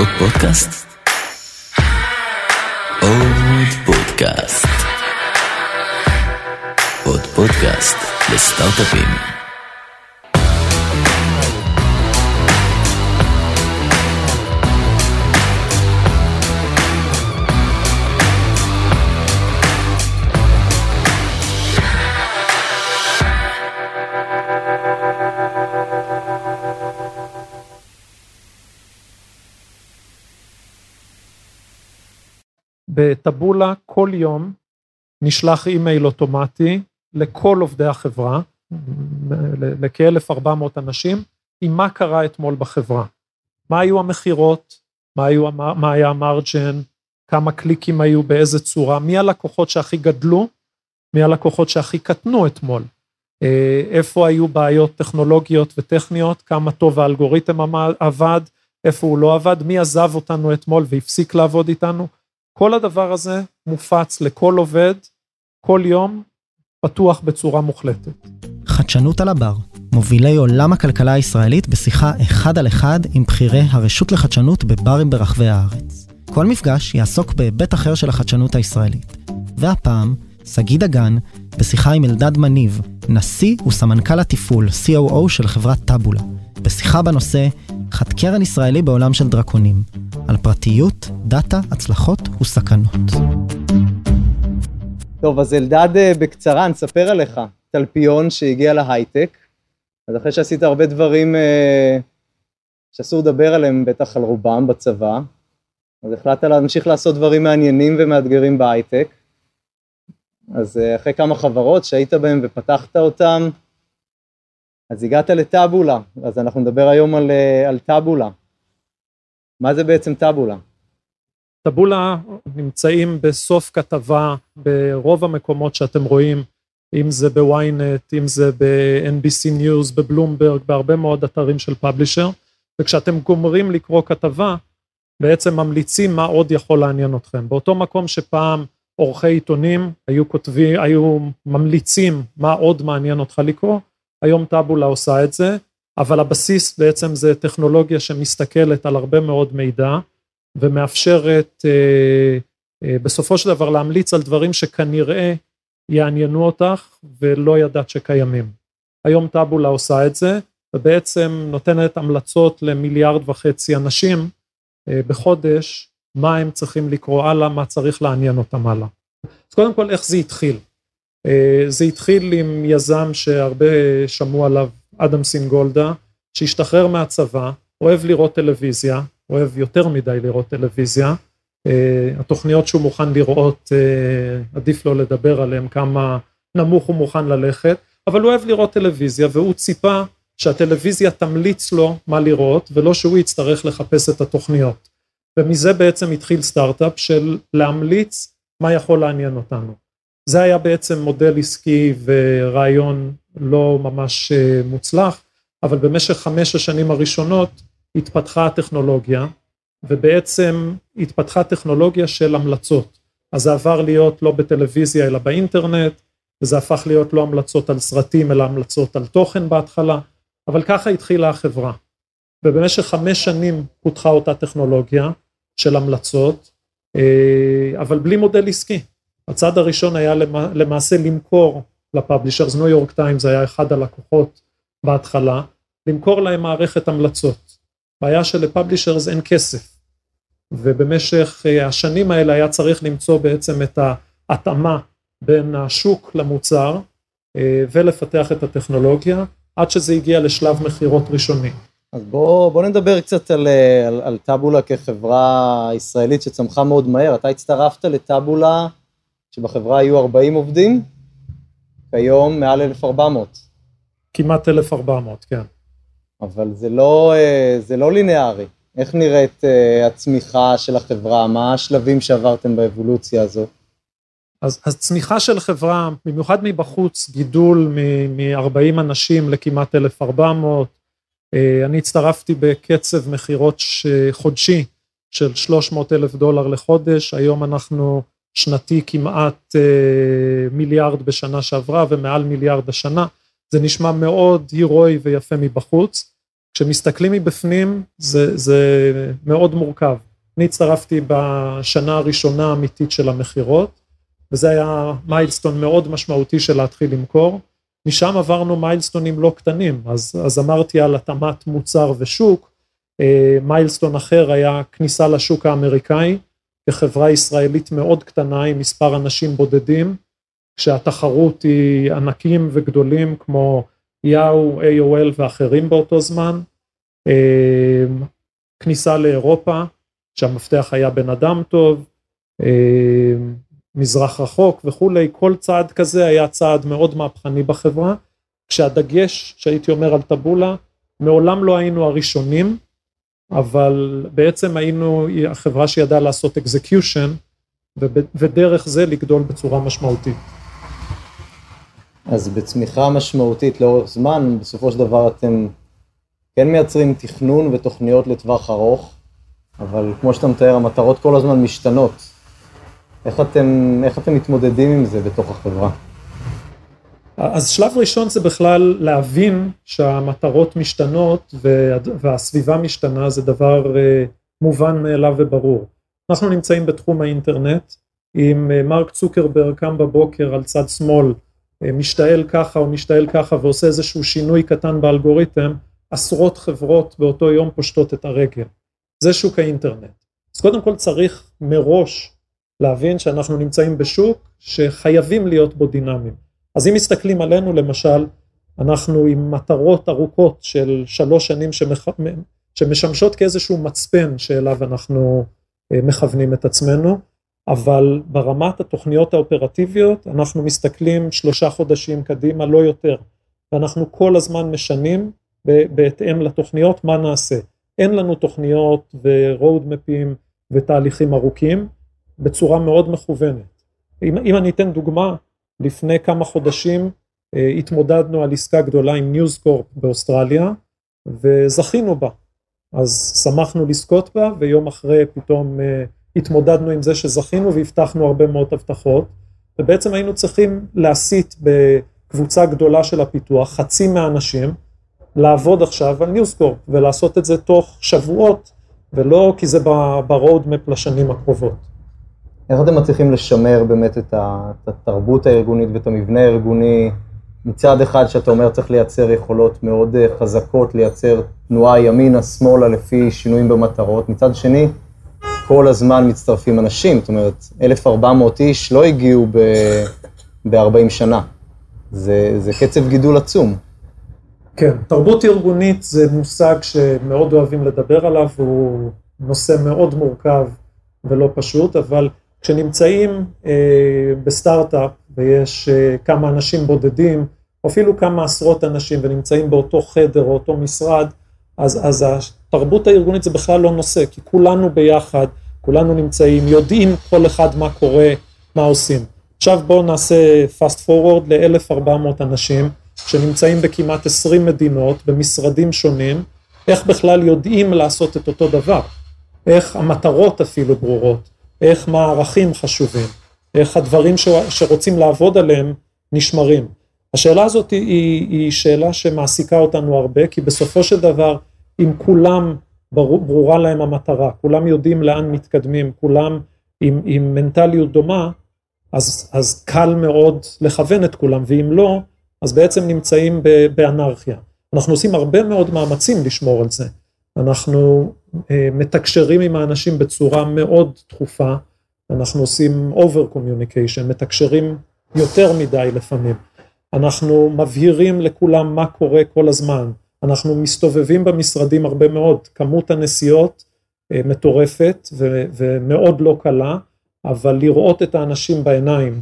עוד פודקאסט? עוד פודקאסט. עוד פודקאסט לסטארט-אפים. בטבולה כל יום נשלח אימייל אוטומטי לכל עובדי החברה, לכ-1,400 אנשים, עם מה קרה אתמול בחברה. מה היו המחירות, מה היה המרג'ן, כמה קליקים היו, באיזה צורה, מי הלקוחות שהכי גדלו, מי הלקוחות שהכי קטנו אתמול, איפה היו בעיות טכנולוגיות וטכניות, כמה טוב האלגוריתם עבד, איפה הוא לא עבד, מי עזב אותנו אתמול והפסיק לעבוד איתנו. כל הדבר הזה מופץ לכל עובד, כל יום, פתוח בצורה מוחלטת. חדשנות על הבר, מובילי עולם הכלכלה הישראלית בשיחה אחד על אחד עם בחירי הרשות לחדשנות בברים ברחבי הארץ. כל מפגש יעסוק בהיבט אחר של החדשנות הישראלית. והפעם, סגי דגן, בשיחה עם אלדד מניב, נשיא וסמנכ"ל התפעול, COO של חברת טאבולה, בשיחה בנושא חד קרן ישראלי בעולם של דרקונים, על פרטיות, דאטה, הצלחות וסכנות. טוב, אז אלדד בקצרה, נספר עליך, תלפיון שהגיע להייטק, אז אחרי שעשית הרבה דברים שאסור לדבר עליהם, בטח על רובם בצבא, אז החלטת להמשיך לעשות דברים מעניינים ומאתגרים בהייטק, אז אחרי כמה חברות שהיית בהם ופתחת אותם, אז הגעת לטאבולה, אז אנחנו נדבר היום על טאבולה. מה זה בעצם טאבולה? טאבולה נמצאים בסוף כתבה ברוב המקומות שאתם רואים, אם זה בוויינט, אם זה ב-NBC News, בבלומברג, בהרבה מאוד אתרים של פאבלישר, וכשאתם גומרים לקרוא כתבה, בעצם ממליצים מה עוד יכול לעניין אתכם. באותו מקום שפעם עורכי עיתונים היו ממליצים מה עוד מעניין אותך לקרוא, היום טאבולה עושה את זה, אבל הבסיס בעצם זה טכנולוגיה שמסתכלת על הרבה מאוד מידע, ומאפשרת בסופו של דבר להמליץ על דברים שכנראה יעניינו אותך, ולא ידעת שקיימים. היום טאבולה עושה את זה, ובעצם נותנת המלצות ל1.5 מיליארד אנשים בחודש, מה הם צריכים לקרוא הלאה, מה צריך לעניין אותם הלאה. אז קודם כל, איך זה התחיל? זה התחיל עם יזם שהרבה שמעו עליו, אדם סינגולדה, שהשתחרר מהצבא, אוהב לראות טלוויזיה, אוהב יותר מדי לראות טלוויזיה, התוכניות שהוא מוכן לראות, עדיף לו לדבר עליהם כמה נמוך הוא מוכן ללכת, אבל הוא אוהב לראות טלוויזיה, והוא ציפה שהטלוויזיה תמליץ לו מה לראות, ולא שהוא יצטרך לחפש את התוכניות. ומזה בעצם התחיל סטארט-אפ של להמליץ מה יכול לעניין אותנו. זה היה בעצם מודל עסקי ורעיון לא ממש מוצלח, אבל במשך 5 השנים הראשונות התפתחה הטכנולוגיה, ובעצם התפתחה טכנולוגיה של המלצות. אז זה עבר להיות לא בטלוויזיה אלא באינטרנט, וזה הפך להיות לא המלצות על סרטים אלא המלצות על תוכן בהתחלה, אבל ככה התחילה החברה. ובמשך 5 שנים פותחה אותה טכנולוגיה של המלצות, אבל בלי מודל עסקי. הצעד הראשון היה למעשה למכור לפאבלישרס, ניו יורק טיימס היה אחד הלקוחות בהתחלה, למכור להם מערכת המלצות. בעיה שלפאבלישרס אין כסף, ובמשך השנים האלה היה צריך למצוא בעצם את ההתאמה בין השוק למוצר, ולפתח את הטכנולוגיה, עד שזה הגיע לשלב מחירות ראשוני. אז בוא נדבר קצת על טאבולה כחברה ישראלית שצמחה מאוד מהר. אתה הצטרפת לטאבולה שבחברה היו 40 עובדים, כיום מעל 1,400. כמעט 1,400, כן. אבל זה לא לינארי. איך נראית הצמיחה של החברה? מה השלבים שעברתם באבולוציה הזו? אז צמיחה של חברה, במיוחד מבחוץ, גידול מ-40 אנשים לכמעט 1,400, אני הצטרפתי בקצב מחירות חודשי של $300,000 לחודש, היום אנחנו שנתי כמעט מיליארד בשנה שעברה ומעל מיליארד השנה, זה נשמע מאוד הירואי ויפה מבחוץ, כשמסתכלים מבפנים זה מאוד מורכב. אני הצטרפתי בשנה הראשונה האמיתית של המחירות, וזה היה מיילסטון מאוד משמעותי של להתחיל למכור. משם עברנו מיילסטונים לא קטנים, אז אמרתי על התאמת מוצר ושוק, מיילסטון אחר היה כניסה לשוק האמריקאי, כחברה ישראלית מאוד קטנה עם מספר אנשים בודדים, כשהתחרות היא ענקים וגדולים כמו יאו, AOL ואחרים באותו זמן, כניסה לאירופה, שהמפתח היה בן אדם טוב, מזרח רחוק וכולי, כל צעד כזה היה צעד מאוד מהפכני בחברה, כשהדגש שהייתי אומר על טבולה, מעולם לא היינו הראשונים, אבל בעצם היינו החברה שידעה לעשות execution, ודרך זה לגדול בצורה משמעותית. אז בצמיחה משמעותית לאורך זמן, בסופו של דבר אתם כן מייצרים תכנון ותוכניות לטווח ארוך, אבל כמו שאתה מתאר, המטרות כל הזמן משתנות. איך אתם מתמודדים עם זה בתוך החברה? אז שלב ראשון זה בכלל להבין שהמטרות משתנות והסביבה משתנה, זה דבר מובן מאליו וברור. אנחנו נמצאים בתחום האינטרנט, אם מרק צוקרברג קם בבוקר על צד שמאל, משתעל ככה או משתעל ככה ועושה איזשהו שינוי קטן באלגוריתם, עשרות חברות באותו יום פושטות את הרגל. זה שוק האינטרנט. אז קודם כל צריך מראש להבין שאנחנו נמצאים בשוק שחייבים להיות בו דינמיים. אז אם מסתכלים עלינו למשל, אנחנו עם מטרות ארוכות של 3 שנים שמשמשות כאיזשהו מצפן שאליו אנחנו מכוונים את עצמנו, אבל ברמת התוכניות האופרטיביות אנחנו מסתכלים 3 חודשים קדימה, לא יותר, ואנחנו כל הזמן משנים בהתאם לתוכניות מה נעשה. אין לנו תוכניות ורוד מפים ותהליכים ארוכים, בצורה מאוד מכוונת. אם אני אתן דוגמה, לפני כמה חודשים התמודדנו על עסקה גדולה עם ניוזקורפ באוסטרליה, וזכינו בה. אז שמחנו לזכות בה, ויום אחרי פתאום התמודדנו עם זה שזכינו, והבטחנו הרבה מאוד הבטחות, ובעצם היינו צריכים להסיט בקבוצה גדולה של הפיתוח, חצי מהאנשים, לעבוד עכשיו על ניוזקורפ, ולעשות את זה תוך שבועות, ולא כי זה ברודמפ לשנים הקרובות. איך אתם מצליחים לשמר באמת את התרבות הארגונית ואת המבנה הארגוני, מצד אחד שאתה אומר צריך לייצר יכולות מאוד חזקות, לייצר תנועה ימינה, שמאלה לפי שינויים במטרות, מצד שני כל הזמן מצטרפים אנשים, זאת אומרת 1,400 איש לא הגיעו ב-40 שנה, זה קצב גידול עצום. כן, תרבות ארגונית זה מושג שמאוד אוהבים לדבר עליו, הוא נושא מאוד מורכב ולא פשוט, אבל כשנמצאים בסטארט-אפ ויש כמה אנשים בודדים, או אפילו כמה עשרות אנשים ונמצאים באותו חדר או אותו משרד, אז התרבות הארגונית זה בכלל לא נושא, כי כולנו ביחד, כולנו נמצאים, יודעים כל אחד מה קורה, מה עושים. עכשיו בואו נעשה fast forward ל-1,400 אנשים, שנמצאים בכמעט 20 מדינות, במשרדים שונים, איך בכלל יודעים לעשות את אותו דבר, איך המטרות אפילו ברורות, איך מה הערכים חשובים, איך הדברים שרוצים לעבוד עליהם נשמרים. השאלה הזאת היא שאלה שמעסיקה אותנו הרבה, כי בסופו של דבר, אם כולם ברורה להם המטרה, כולם יודעים לאן מתקדמים, כולם עם מנטליות דומה, אז קל מאוד לכוון את כולם, ואם לא, אז בעצם נמצאים באנרכיה. אנחנו עושים הרבה מאוד מאמצים לשמור על זה. אנחנו מתקשרים עם האנשים בצורה מאוד תכופה, אנחנו עושים over communication, מתקשרים יותר מדי לפעמים. אנחנו מבהירים לכולם מה קורה כל הזמן. אנחנו מסתובבים במשרדים הרבה מאוד, כמות הנסיעות מטורפת ומאוד לא קלה, אבל לראות את האנשים בעיניים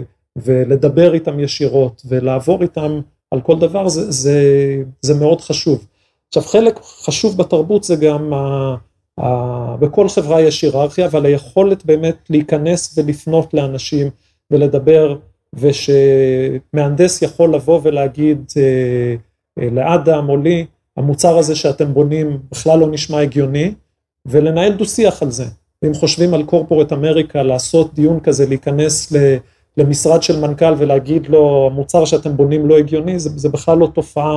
ולדבר איתם ישירות ולעבור איתם על כל דבר, זה מאוד חשוב. עכשיו חלק חשוב בתרבות זה גם, בכל חברה יש היררכיה, אבל היכולת באמת להיכנס ולפנות לאנשים ולדבר, ושמהנדס יכול לבוא ולהגיד לאדם או לי, המוצר הזה שאתם בונים בכלל לא נשמע הגיוני, ולנהל דו-שיח על זה. אם חושבים על קורפורט אמריקה, לעשות דיון כזה, להיכנס למשרד של מנכ"ל ולהגיד לו, המוצר שאתם בונים לא הגיוני, זה בכלל לא תופעה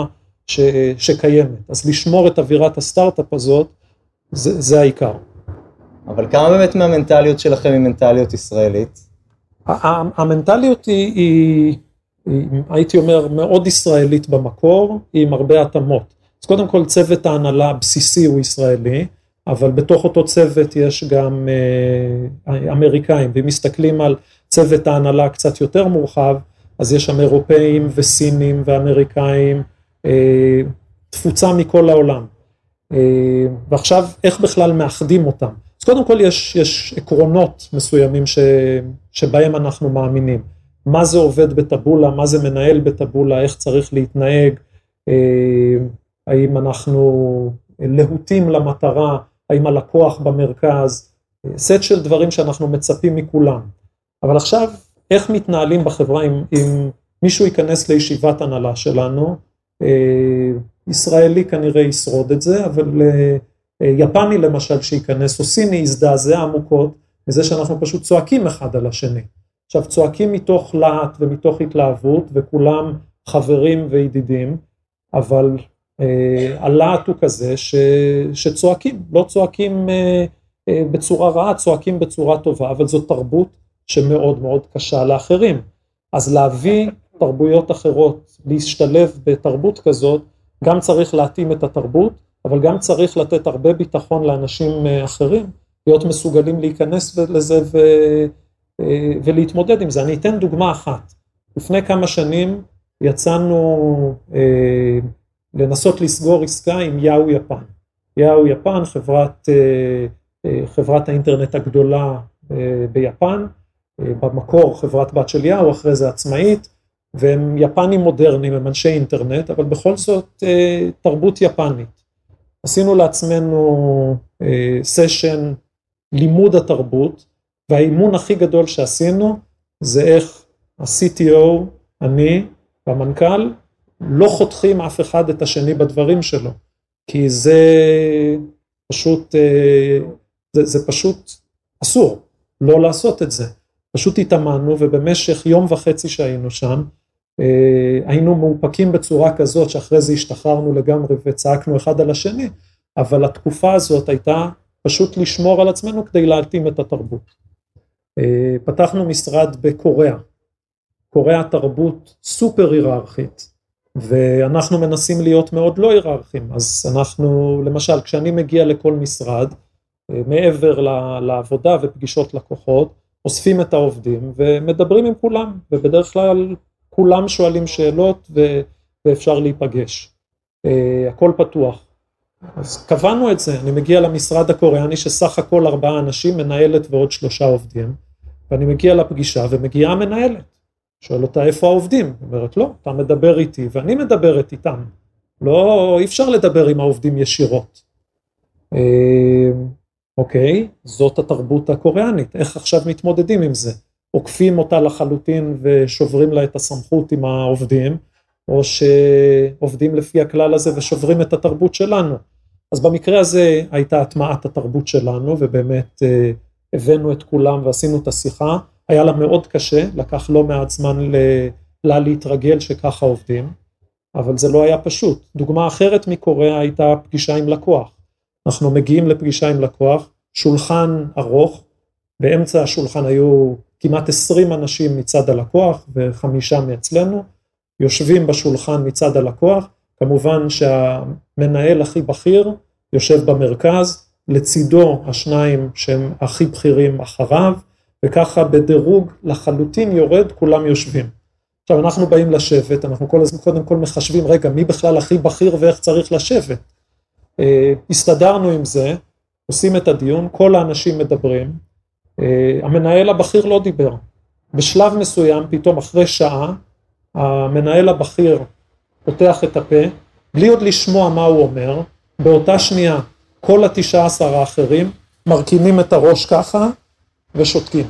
שקיימת. אז לשמור את אווירת הסטארט-אפ הזאת, זה העיקר. אבל כמה באמת מהמנטליות שלכם היא מנטליות ישראלית? המנטליות היא, הייתי אומר, מאוד ישראלית במקור, היא עם הרבה התאמות. אז קודם כל צוות ההנהלה הבסיסי הוא ישראלי, אבל בתוך אותו צוות יש גם אמריקאים, ואם מסתכלים על צוות ההנהלה קצת יותר מורחב, אז יש שם אירופאים וסינים ואמריקאים, תפוצה מכל העולם. ועכשיו, איך בכלל מאחדים אותם? אז קודם כל יש עקרונות מסוימים שבהם אנחנו מאמינים. מה זה עובד בטבולה, מה זה מנהל בטבולה, איך צריך להתנהג, האם אנחנו להוטים למטרה, האם הלקוח במרכז, סט של דברים שאנחנו מצפים מכולם. אבל עכשיו, איך מתנהלים בחברה אם מישהו ייכנס לישיבת הנהלה שלנו, ישראלי כנראה ישרוד את זה, אבל יפני למשל שייכנס, או סיני יזדעזע עמוקות, מזה שאנחנו פשוט צועקים אחד על השני. עכשיו צועקים מתוך להט ומתוך התלהבות, וכולם חברים וידידים, אבל הלהט הוא כזה שצועקים, לא צועקים בצורה רעה, צועקים בצורה טובה, אבל זו תרבות שמאוד מאוד קשה לאחרים. אז להביא תרבויות אחרות, להשתלב בתרבות כזאת, גם צריך להתאים את התרבות, אבל גם צריך לתת הרבה ביטחון לאנשים אחרים, להיות מסוגלים להיכנס לזה ולהתמודד עם זה. אני אתן דוגמה אחת. לפני כמה שנים יצאנו לנסות לסגור עסקה עם יאו יפן. יאו יפן, חברת האינטרנט הגדולה ביפן, במקור חברת בת של יאו, אחרי זה עצמאית, והם יפנים מודרניים, הם אנשי אינטרנט, אבל בכל זאת תרבות יפנית. עשינו לעצמנו סשן לימוד התרבות, והאימון הכי גדול שעשינו, זה איך ה-CTO, אני והמנכ"ל, לא חותכים אף אחד את השני בדברים שלו, כי זה פשוט אסור לא לעשות את זה. פשוט התאמנו, ובמשך יום וחצי שהיינו שם, היינו מאופקים בצורה כזאת, שאחרי זה השתחררנו לגמרי וצעקנו אחד על השני, אבל התקופה הזאת הייתה פשוט לשמור על עצמנו כדי להתאים את התרבות. פתחנו משרד בקוריאה, קוריאה תרבות סופר היררכית, ואנחנו מנסים להיות מאוד לא היררכים, אז אנחנו, למשל, כשאני מגיע לכל משרד, מעבר לעבודה ופגישות לקוחות, אוספים את העובדים ומדברים עם כולם, ובדרך כלל כולם שואלים שאלות ואפשר להיפגש. הכל פתוח. אז קבענו את זה, אני מגיע למשרד הקוריאני שסך הכל 4 אנשים, מנהלת ועוד 3 עובדים, ואני מגיע לפגישה ומגיעה המנהלת. שואל אותה איפה העובדים? היא אומרת לא, אתה מדבר איתי ואני מדברת איתם. לא, אי אפשר לדבר עם העובדים ישירות. אוקיי, זאת התרבות הקוריאנית, איך עכשיו מתמודדים עם זה? עוקפים אותה לחלוטין ושוברים לה את הסמכות עם העובדים, או שעובדים לפי הכלל הזה ושוברים את התרבות שלנו. אז במקרה הזה הייתה הטמעת התרבות שלנו, ובאמת הבאנו את כולם ועשינו את השיחה, היה לה מאוד קשה, לקח לא מעט זמן להתרגל שככה עובדים, אבל זה לא היה פשוט. דוגמה אחרת מקוריאה הייתה פגישה עם לקוח. אנחנו מגיעים לפגישה עם לקוח, שולחן ארוך, באמצע השולחן היו כמעט 20 אנשים מצד הלקוח ו5 מאצלנו, יושבים בשולחן מצד הלקוח, כמובן שהמנהל הכי בכיר יושב במרכז, לצידו השניים שהם הכי בכירים אחריו, וככה בדירוג לחלוטין יורד, כולם יושבים. עכשיו אנחנו באים לשבת, אנחנו קודם כל מחשבים, רגע, מי בכלל הכי בכיר ואיך צריך לשבת? הסתדרנו עם זה, עושים את הדיון, כל האנשים מדברים, המנהל הבכיר לא דיבר. בשלב מסוים, פתאום אחרי שעה, המנהל הבכיר פותח את הפה, בלי עוד לשמוע מה הוא אומר, באותה שנייה, כל 19 האחרים מרכינים את הראש ככה ושותקים.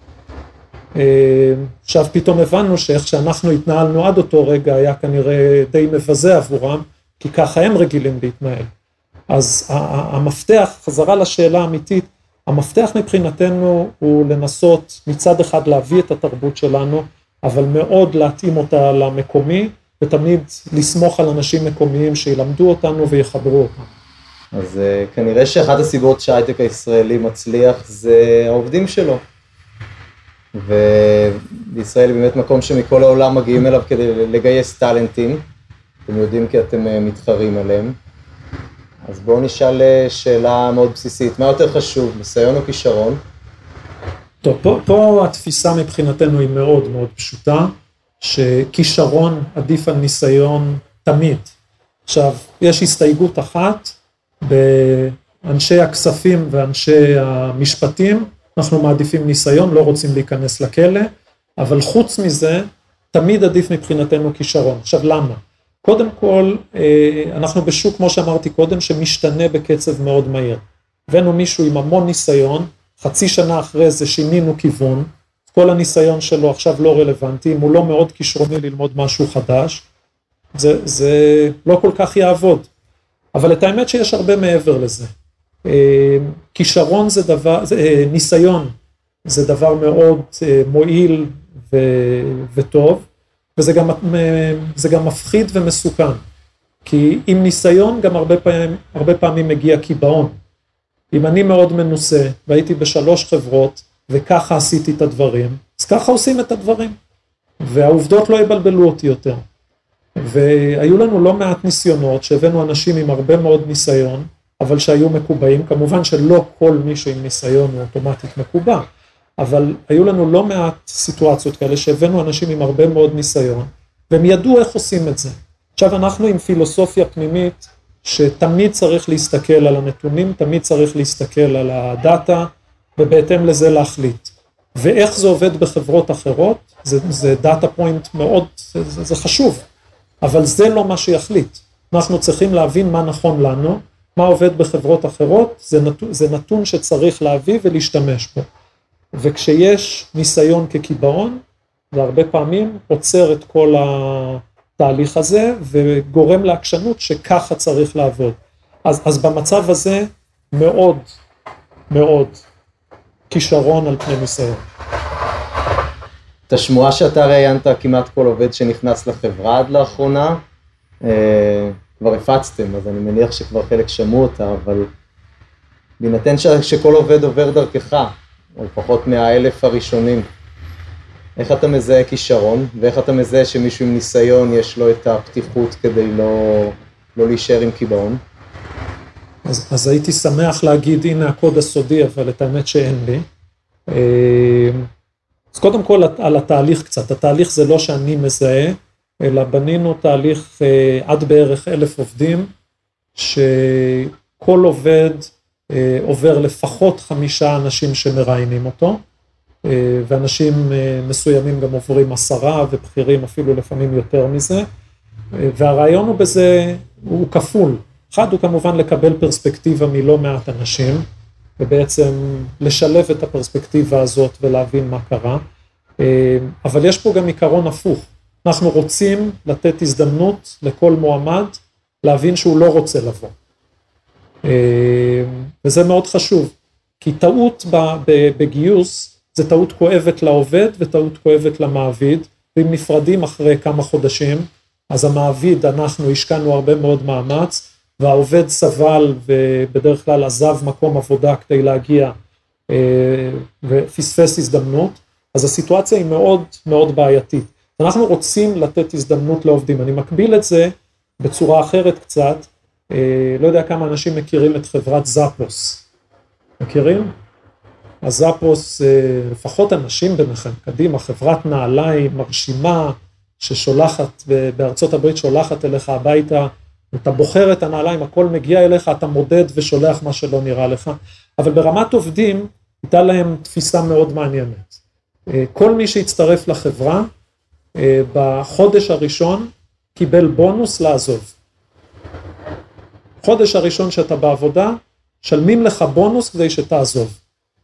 עכשיו פתאום הבנו שאיך שאנחנו התנהלנו עד אותו רגע היה כנראה די מבזה עבורם, כי ככה הם רגילים להתנהל. אז המפתח, חזרה לשאלה האמיתית, המפתח מבחינתנו הוא לנסות מצד אחד להביא את התרבות שלנו, אבל מאוד להתאים אותה למקומי, ותמיד לסמוך על אנשים מקומיים שילמדו אותנו ויחברו אותנו. אז כנראה שאחת הסיבות שההייטק הישראלי מצליח זה העובדים שלו. ובישראל באמת מקום שמכל העולם מגיעים אליו כדי לגייס טלנטים. אתם יודעים כי אתם מתחרים עליהם. אז בואו נשאל שאלה מאוד בסיסית. מה יותר חשוב, ניסיון או כישרון? טוב, פה התפיסה מבחינתנו היא מאוד מאוד פשוטה, שכישרון עדיף על ניסיון תמיד. עכשיו, יש הסתייגות אחת, באנשי הכספים ואנשי המשפטים, אנחנו מעדיפים ניסיון, לא רוצים להיכנס לכלא, אבל חוץ מזה, תמיד עדיף מבחינתנו כישרון. עכשיו, למה? קודם כל, אנחנו בשוק, כמו שאמרתי קודם, שמשתנה בקצב מאוד מהיר. הבאנו מישהו עם המון ניסיון, חצי שנה אחרי זה שינינו כיוון, כל הניסיון שלו עכשיו לא רלוונטי, אם הוא לא מאוד כישרוני ללמוד משהו חדש, זה לא כל כך יעבוד. אבל את האמת שיש הרבה מעבר לזה. כישרון זה דבר, ניסיון זה דבר מאוד מועיל וטוב, וזה גם מפחיד ומסוכן. כי עם ניסיון גם הרבה פעמים מגיע קיבעון. אם אני מאוד מנוסה והייתי ב3 חברות וככה עשיתי את הדברים, אז ככה עושים את הדברים. והעובדות לא יבלבלו אותי יותר. והיו לנו לא מעט ניסיונות שהבאנו אנשים עם הרבה מאוד ניסיון, אבל שהיו מקובעים. כמובן שלא כל מישהו עם ניסיון הוא אוטומטית מקובע, אבל היו לנו לא מעט סיטואציות כאלה שהבאנו אנשים עם הרבה מאוד ניסיון, והם ידעו איך עושים את זה. עכשיו אנחנו עם פילוסופיה פנימית, שתמיד צריך להסתכל על הנתונים, תמיד צריך להסתכל על הדאטה, ובהתאם לזה להחליט. ואיך זה עובד בחברות אחרות, זה דאטה פוינט מאוד, זה חשוב, אבל זה לא מה שיחליט. אנחנו צריכים להבין מה נכון לנו, מה עובד בחברות אחרות, זה נתון שצריך להביא ולהשתמש בו. וכשיש ניסיון כקיבעון, זה הרבה פעמים עוצר את כל התהליך הזה, וגורם לעקשנות שככה צריך לעבוד. אז במצב הזה מאוד מאוד כישרון על פני ניסיון. את השמועה שאתה ראיינת כמעט כל עובד שנכנס לחברה עד לאחרונה, כבר הפצתם, אז אני מניח שכבר חלק שמעו אותה, אבל בהינתן שכל עובד עובר דרכך, או לפחות 100,000 הראשונים, איך אתה מזהה כישרון, ואיך אתה מזהה שמישהו עם ניסיון יש לו את הפתיחות כדי לא להישאר עם קיבעון? אז הייתי שמח להגיד, הנה הקוד הסודי, אבל את האמת שאין לי. אז קודם כל על התהליך קצת, התהליך זה לא שאני מזהה, אלא בנינו תהליך עד בערך 1,000 עובדים, שכל עובד עובר לפחות 5 אנשים שמראיינים אותו, ואנשים מסוימים גם עוברים 10 ובכירים אפילו לפעמים יותר מזה, והרעיון הוא בזה, הוא כפול. אחד הוא כמובן לקבל פרספקטיבה מלא מעט אנשים, ובעצם לשלב את הפרספקטיבה הזאת ולהבין מה קרה, אבל יש פה גם עיקרון הפוך. אנחנו רוצים לתת הזדמנות לכל מועמד להבין שהוא לא רוצה לבוא. וזה מאוד חשוב, כי טעות בגיוס זה טעות כואבת לעובד וטעות כואבת למעביד, ואם נפרדים אחרי כמה חודשים, אז המעביד, אנחנו השקענו הרבה מאוד מאמץ, והעובד סבל ובדרך כלל עזב מקום עבודה כדי להגיע ופספס הזדמנות, אז הסיטואציה היא מאוד מאוד בעייתית. אנחנו רוצים לתת הזדמנות לעובדים, אני מקביל את זה בצורה אחרת קצת, לא יודע כמה אנשים מכירים את חברת זאפוס. מכירים? אז זאפוס, לפחות אנשים ביניכם, קדימה, חברת נעליים מרשימה, ששולחת, בארצות הברית שולחת אליך הביתה, אתה בוחר את הנעליים, הכל מגיע אליך, אתה מודד ושולח מה שלא נראה לך, אבל ברמת עובדים, הייתה להם תפיסה מאוד מעניינת. כל מי שהצטרף לחברה, בחודש הראשון, קיבל בונוס לעזוב. חודש הראשון שאתה בעבודה, שלמים לך בונוס כדי שתעזוב.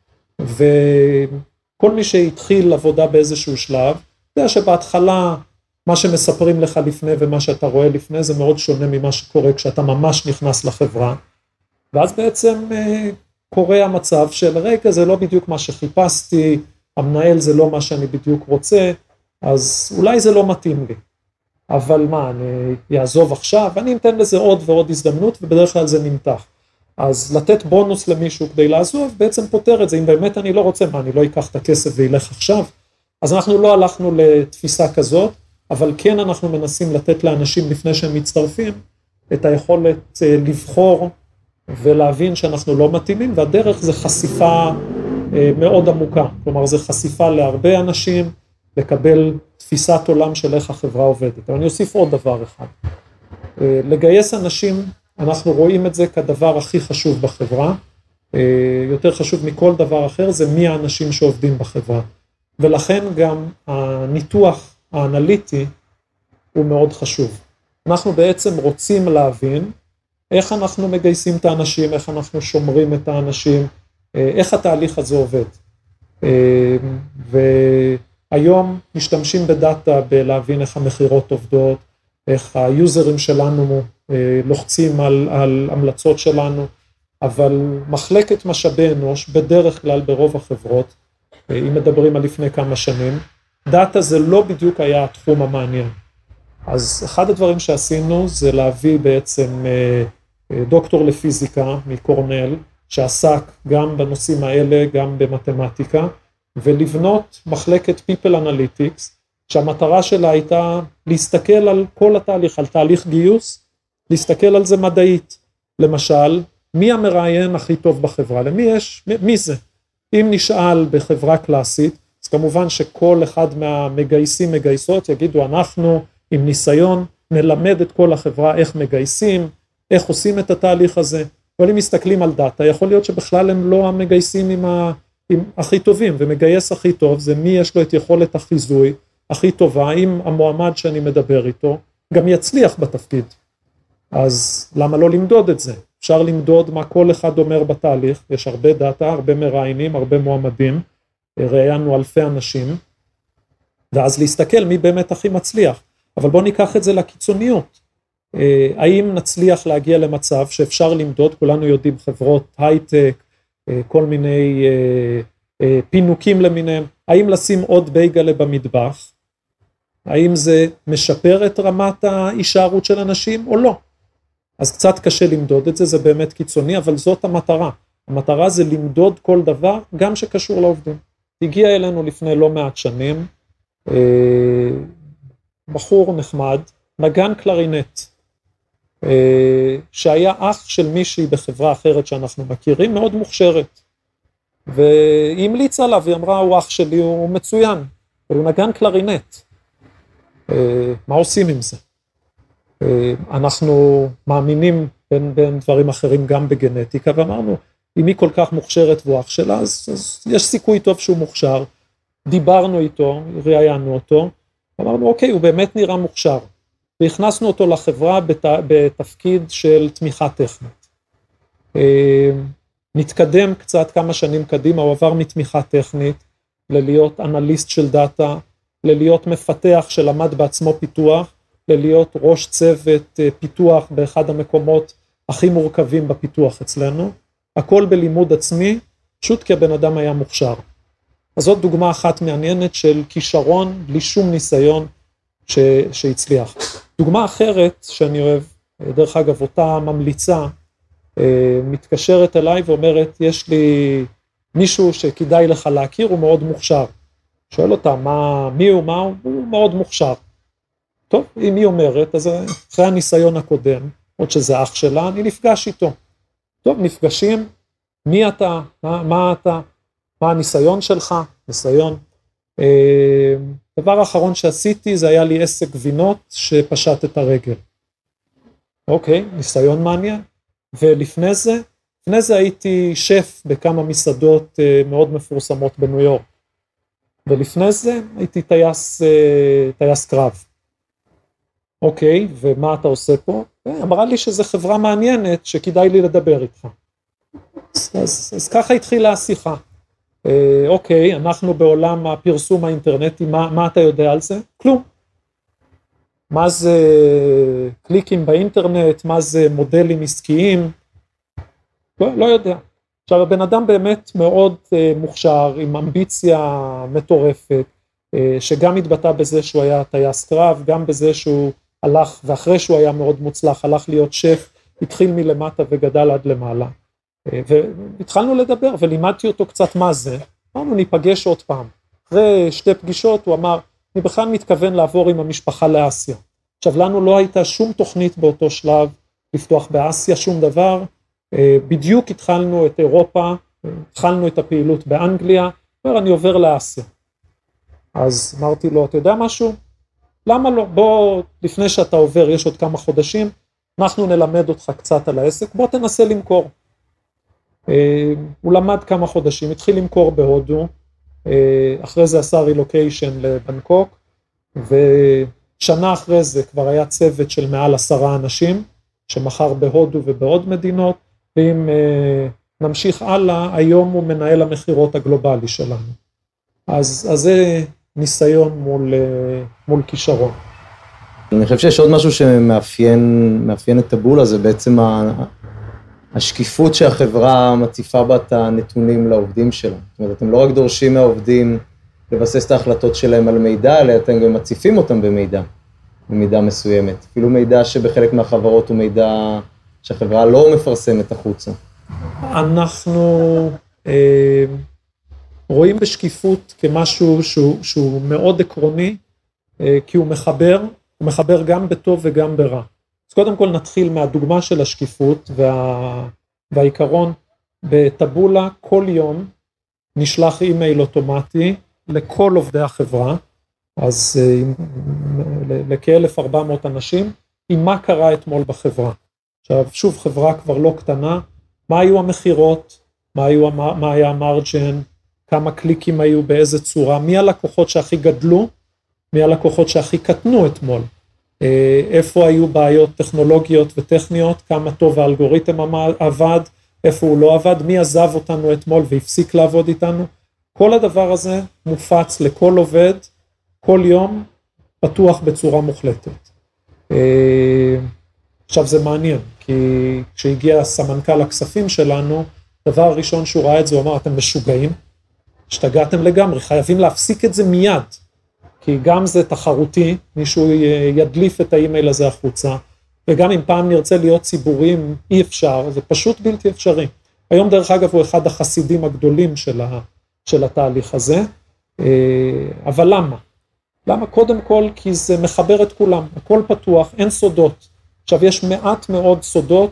וכל מי שהתחיל עבודה באיזשהו שלב, יודע שבהתחלה, מה שמספרים לך לפני ומה שאתה רואה לפני, זה מאוד שונה ממה שקורה כשאתה ממש נכנס לחברה, ואז בעצם קורה המצב של רגע, זה לא בדיוק מה שחיפשתי, המנהל זה לא מה שאני בדיוק רוצה, אז אולי זה לא מתאים לי. אבל מה, אני אעזוב עכשיו? אני אתן לזה עוד ועוד הזדמנות, ובדרך כלל זה נמתח. אז לתת בונוס למישהו כדי לעזוב, בעצם פותר את זה. אם באמת אני לא רוצה, מה, אני לא אקח את הכסף וילך עכשיו? אז אנחנו לא הלכנו לתפיסה כזאת, אבל כן אנחנו מנסים לתת לאנשים לפני שהם מצטרפים, את היכולת לבחור ולהבין שאנחנו לא מתאימים, והדרך זה חשיפה מאוד עמוקה. כלומר, זה חשיפה להרבה אנשים, לקבל תפיסת עולם של איך החברה עובדת. אבל אני אוסיף עוד דבר אחד. לגייס אנשים, אנחנו רואים את זה כדבר הכי חשוב בחברה, יותר חשוב מכל דבר אחר, זה מי האנשים שעובדים בחברה. ולכן גם הניתוח האנליטי הוא מאוד חשוב. אנחנו בעצם רוצים להבין איך אנחנו מגייסים את האנשים, איך אנחנו שומרים את האנשים, איך התהליך הזה עובד. והיום משתמשים בדאטה בלהבין איך המחירות עובדות, איך היוזרים שלנו לוחצים על המלצות שלנו, אבל מחלקת משאבי אנוש בדרך כלל ברוב החברות, אם מדברים על לפני כמה שנים, דאטה זה לא בדיוק היה התחום המעניין. אז אחד הדברים שעשינו זה להביא בעצם דוקטור לפיזיקה מקורנל, שעסק גם בנושאים האלה, גם במתמטיקה, ולבנות מחלקת People Analytics, שהמטרה שלה הייתה להסתכל על כל התהליך, על תהליך גיוס, להסתכל על זה מדעית. למשל, מי המראיין הכי טוב בחברה? מי זה? אם נשאל בחברה קלאסית, אז כמובן שכל אחד מהמגייסים מגייסות יגידו, אנחנו עם ניסיון נלמד את כל החברה איך מגייסים, איך עושים את התהליך הזה. אבל אם מסתכלים על דאטה, יכול להיות שבכלל הם לא המגייסים עם הכי טובים, ומגייס הכי טוב זה מי יש לו את יכולת החיזוי הכי טובה, אם המועמד שאני מדבר איתו גם יצליח בתפקיד. אז למה לא למדוד את זה? אפשר למדוד מה כל אחד אומר בתהליך, יש הרבה דאטה, הרבה מראיינים, הרבה מועמדים, ראיינו אלפי אנשים, ואז להסתכל מי באמת הכי מצליח. אבל בואו ניקח את זה לקיצוניות. האם נצליח להגיע למצב שאפשר למדוד, כולנו יודעים חברות הייטק, כל מיני פינוקים למיניהם, האם לשים עוד בייגלה במטבח, האם זה משפר את רמת ההישארות של אנשים או לא? אז קצת קשה למדוד את זה, זה באמת קיצוני, אבל זאת המטרה. המטרה זה למדוד כל דבר, גם שקשור לעובדים. הגיע אלינו לפני לא מעט שנים, בחור נחמד, נגן קלרינט, שהיה אח של מישהי בחברה אחרת שאנחנו מכירים, מאוד מוכשרת. והיא המליצה עליו, היא אמרה, הוא אח שלי, הוא מצוין, אבל הוא נגן קלרינט. מה עושים עם זה? אנחנו מאמינים בין דברים אחרים גם בגנטיקה, ואמרנו, אם היא כל כך מוכשרת והוא אח שלה, אז יש סיכוי טוב שהוא מוכשר. דיברנו איתו, ראיינו אותו, אמרנו, אוקיי, הוא באמת נראה מוכשר. והכנסנו אותו לחברה בתפקיד של תמיכה טכנית. נתקדם קצת כמה שנים קדימה, הוא עבר מתמיכה טכנית, ללהיות אנליסט של דאטה, ללהיות מפתח שלמד בעצמו פיתוח, ללהיות ראש צוות פיתוח באחד המקומות הכי מורכבים בפיתוח אצלנו, הכל בלימוד עצמי, פשוט כי הבן אדם היה מוכשר. אז זאת דוגמה אחת מעניינת של כישרון בלי שום ניסיון שהצליח. דוגמה אחרת שאני אוהב, דרך אגב אותה ממליצה, מתקשרת אליי ואומרת, יש לי מישהו שכדאי לך להכיר, הוא מאוד מוכשר. שואל אותה, מי הוא, מה הוא? הוא מאוד מוכשר. טוב, אם היא אומרת, אז אחרי הניסיון הקודם, עוד שזה אח שלה, אני נפגש איתו. טוב, נפגשים, מי אתה? מה אתה? מה הניסיון שלך? ניסיון. דבר האחרון שעשיתי, זה היה לי עסק גבינות שפשט את הרגל. אוקיי, ניסיון מעניין. ולפני זה הייתי שף בכמה מסעדות מאוד מפורסמות בניו יורק. ולפני זה הייתי טייס קרב. אוקיי, ומה אתה עושה פה? אמרה לי שזה חברה מעניינת שכדאי לי לדבר איתך. אז ככה התחילה השיחה. אוקיי, אנחנו בעולם הפרסום האינטרנטי, מה אתה יודע על זה? כלום. מה זה קליקים באינטרנט, מה זה מודלים עסקיים? לא יודע. עכשיו, הבן אדם באמת מאוד מוכשר, עם אמביציה מטורפת, שגם התבטא בזה שהוא היה טייס קרב, גם בזה שהוא הלך, ואחרי שהוא היה מאוד מוצלח, הלך להיות שף, התחיל מלמטה וגדל עד למעלה. והתחלנו לדבר ולימדתי אותו קצת מה זה, אמרנו ניפגש עוד פעם. אחרי 2 פגישות הוא אמר, אני בכלל מתכוון לעבור עם המשפחה לאסיה. עכשיו לנו לא הייתה שום תוכנית באותו שלב לפתוח באסיה, שום דבר, בדיוק התחלנו את אירופה, התחלנו את הפעילות באנגליה, אומר אני עובר לאסיה. אז אמרתי לו, אתה יודע משהו? למה לא? בוא, לפני שאתה עובר, יש עוד כמה חודשים, אנחנו נלמד אותך קצת על העסק, בוא תנסה למכור. הוא למד כמה חודשים, התחיל למכור בהודו, אחרי זה עשה רילוקיישן לבנקוק, ושנה אחרי זה כבר היה צוות של מעל 10 אנשים, שמחר בהודו ובעוד מדינות, ואם נמשיך הלאה, היום הוא מנהל המחירות הגלובלי שלנו. אז זה ניסיון מול כישרון. אני חושב שיש עוד משהו שמאפיין את טבולה, זה בעצם השקיפות שהחברה מציפה בה את הנתונים לעובדים שלה. זאת אומרת, אתם לא רק דורשים מהעובדים לבסס את ההחלטות שלהם על מידע, אלא אתם גם מציפים אותם במידע מסוימת. אפילו מידע שבחלק מהחברות הוא מידע שהחברה לא מפרסמת החוצה. אנחנו רואים בשקיפות כמשהו שהוא מאוד עקרוני, כי הוא מחבר גם בטוב וגם ברע. אז קודם כל נתחיל מהדוגמה של השקיפות והעיקרון. בטבולה כל יום נשלח אימייל אוטומטי לכל עובדי החברה, אז לכ-1,400 אנשים, עם מה קרה אתמול בחברה. עכשיו שוב חברה כבר לא קטנה, מה היו המחירות, מה היה המרג'ן, כמה קליקים היו, באיזה צורה, מי הלקוחות שהכי גדלו, מי הלקוחות שהכי קטנו אתמול, איפה היו בעיות טכנולוגיות וטכניות, כמה טוב האלגוריתם עבד, איפה הוא לא עבד, מי עזב אותנו אתמול והפסיק לעבוד איתנו, כל הדבר הזה מופץ לכל עובד, כל יום, פתוח בצורה מוחלטת. עכשיו זה מעניין, כי כשהגיע סמנכ"ל הכספים שלנו, דבר הראשון שהוא ראה את זה, הוא אמר, אתם משוגעים, השתגעתם לגמרי, חייבים להפסיק את זה מיד, כי גם זה תחרותי, מישהו ידליף את האימייל הזה החוצה, וגם אם פעם נרצה להיות ציבוריים, אי אפשר, זה פשוט בלתי אפשרי. היום דרך אגב הוא אחד החסידים הגדולים של התהליך הזה, אבל למה? למה? קודם כל כי זה מחבר את כולם, הכל פתוח, אין סודות. עכשיו יש מעט מאוד סודות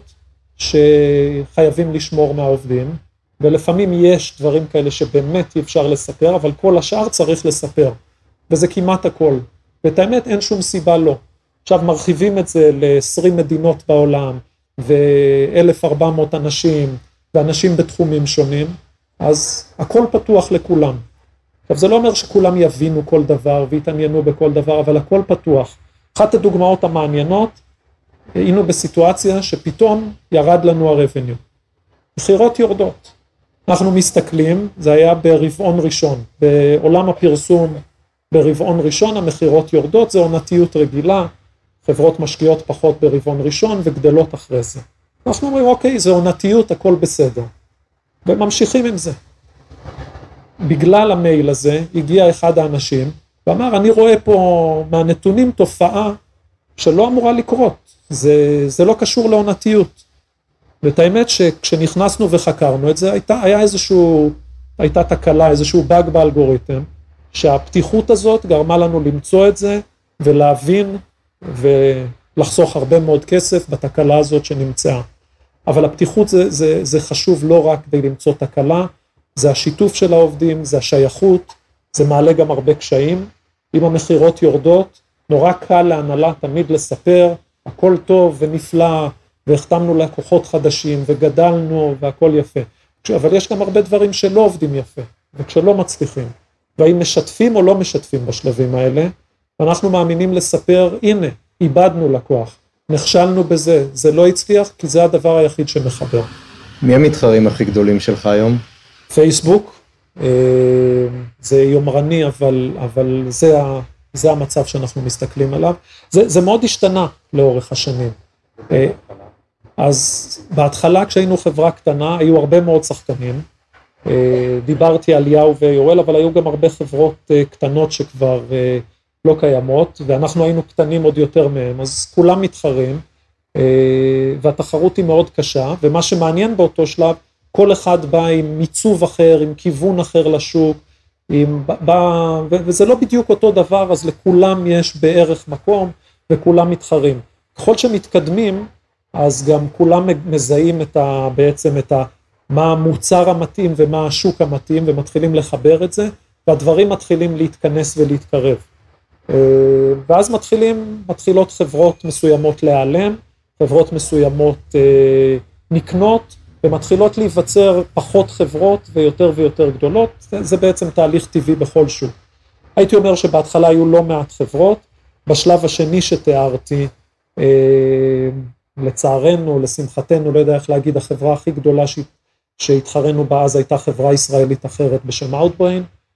שחייבים לשמור מהעובדים, ולפעמים יש דברים כאלה שבאמת אי אפשר לספר, אבל כל השאר צריך לספר, וזה כמעט הכל. ואת האמת אין שום סיבה לא. עכשיו מרחיבים את זה ל-20 מדינות בעולם, ו-1,400 אנשים, ואנשים בתחומים שונים, אז הכל פתוח לכולם. עכשיו זה לא אומר שכולם יבינו כל דבר, ויתעניינו בכל דבר, אבל הכל פתוח. אחת הדוגמאות המעניינות, היינו בסיטואציה שפתאום ירד לנו הרבניו. מחירות יורדות. אנחנו מסתכלים, זה היה ברבעון ראשון, בעולם הפרסום ברבעון ראשון המחירות יורדות, זה עונתיות רגילה, חברות משקיעות פחות ברבעון ראשון וגדלות אחרי זה. אנחנו אומרים, אוקיי, זה עונתיות, הכל בסדר. וממשיכים עם זה. בגלל המייל הזה הגיע אחד האנשים ואמר, אני רואה פה מהנתונים תופעה שלא אמורה לקרות, זה לא קשור לעונתיות. ואת האמת שכשנכנסנו וחקרנו את זה, הייתה תקלה, איזשהו באג באלגוריתם, שהפתיחות הזאת גרמה לנו למצוא את זה, ולהבין ולחסוך הרבה מאוד כסף בתקלה הזאת שנמצאה. אבל הפתיחות זה חשוב לא רק כדי למצוא תקלה, זה השיתוף של העובדים, זה השייכות, זה מעלה גם הרבה קשיים. אם המחירות יורדות, נורא קל להנהלה תמיד לספר, הכל טוב ונפלא, והחתמנו לקוחות חדשים, וגדלנו, והכל יפה. אבל יש גם הרבה דברים שלא עובדים יפה, וכשלא מצליחים. והאם משתפים או לא משתפים בשלבים האלה, ואנחנו מאמינים לספר, הנה, איבדנו לקוח, נכשלנו בזה, זה לא הצליח, כי זה הדבר היחיד שמחבר. מי המתחרים הכי גדולים שלך היום? פייסבוק, זה יומרני, אבל זה המצב שאנחנו מסתכלים עליו. זה מאוד השתנה לאורך השנים. אז בהתחלה כשהיינו חברה קטנה, היו הרבה מאוד שחקנים, דיברתי על יאו ויואל, אבל היו גם הרבה חברות קטנות שכבר לא קיימות, ואנחנו היינו קטנים עוד יותר מהם, אז כולם מתחרים, והתחרות היא מאוד קשה, ומה שמעניין באותו שלב, כל אחד בא עם מיצוב אחר, עם כיוון אחר לשוק, וזה לא בדיוק אותו דבר, אז לכולם יש בערך מקום, וכולם מתחרים. ככל שמתקדמים, אז גם כולם מזהים בעצם מה המוצר המתאים ומה השוק המתאים, ומתחילים לחבר את זה, והדברים מתחילים להתכנס ולהתקרב. ואז מתחילות חברות מסוימות להיעלם, חברות מסוימות נקנות, ומתחילות להיווצר פחות חברות ויותר ויותר גדולות. זה בעצם תהליך טבעי בכל שוק. הייתי אומר שבהתחלה היו לא מעט חברות, בשלב השני שתיארתי, לצערנו, לשמחתנו, לא יודע איך להגיד, החברה הכי גדולה שהתחרנו בה אז הייתה חברה ישראלית אחרת בשם Outbrain,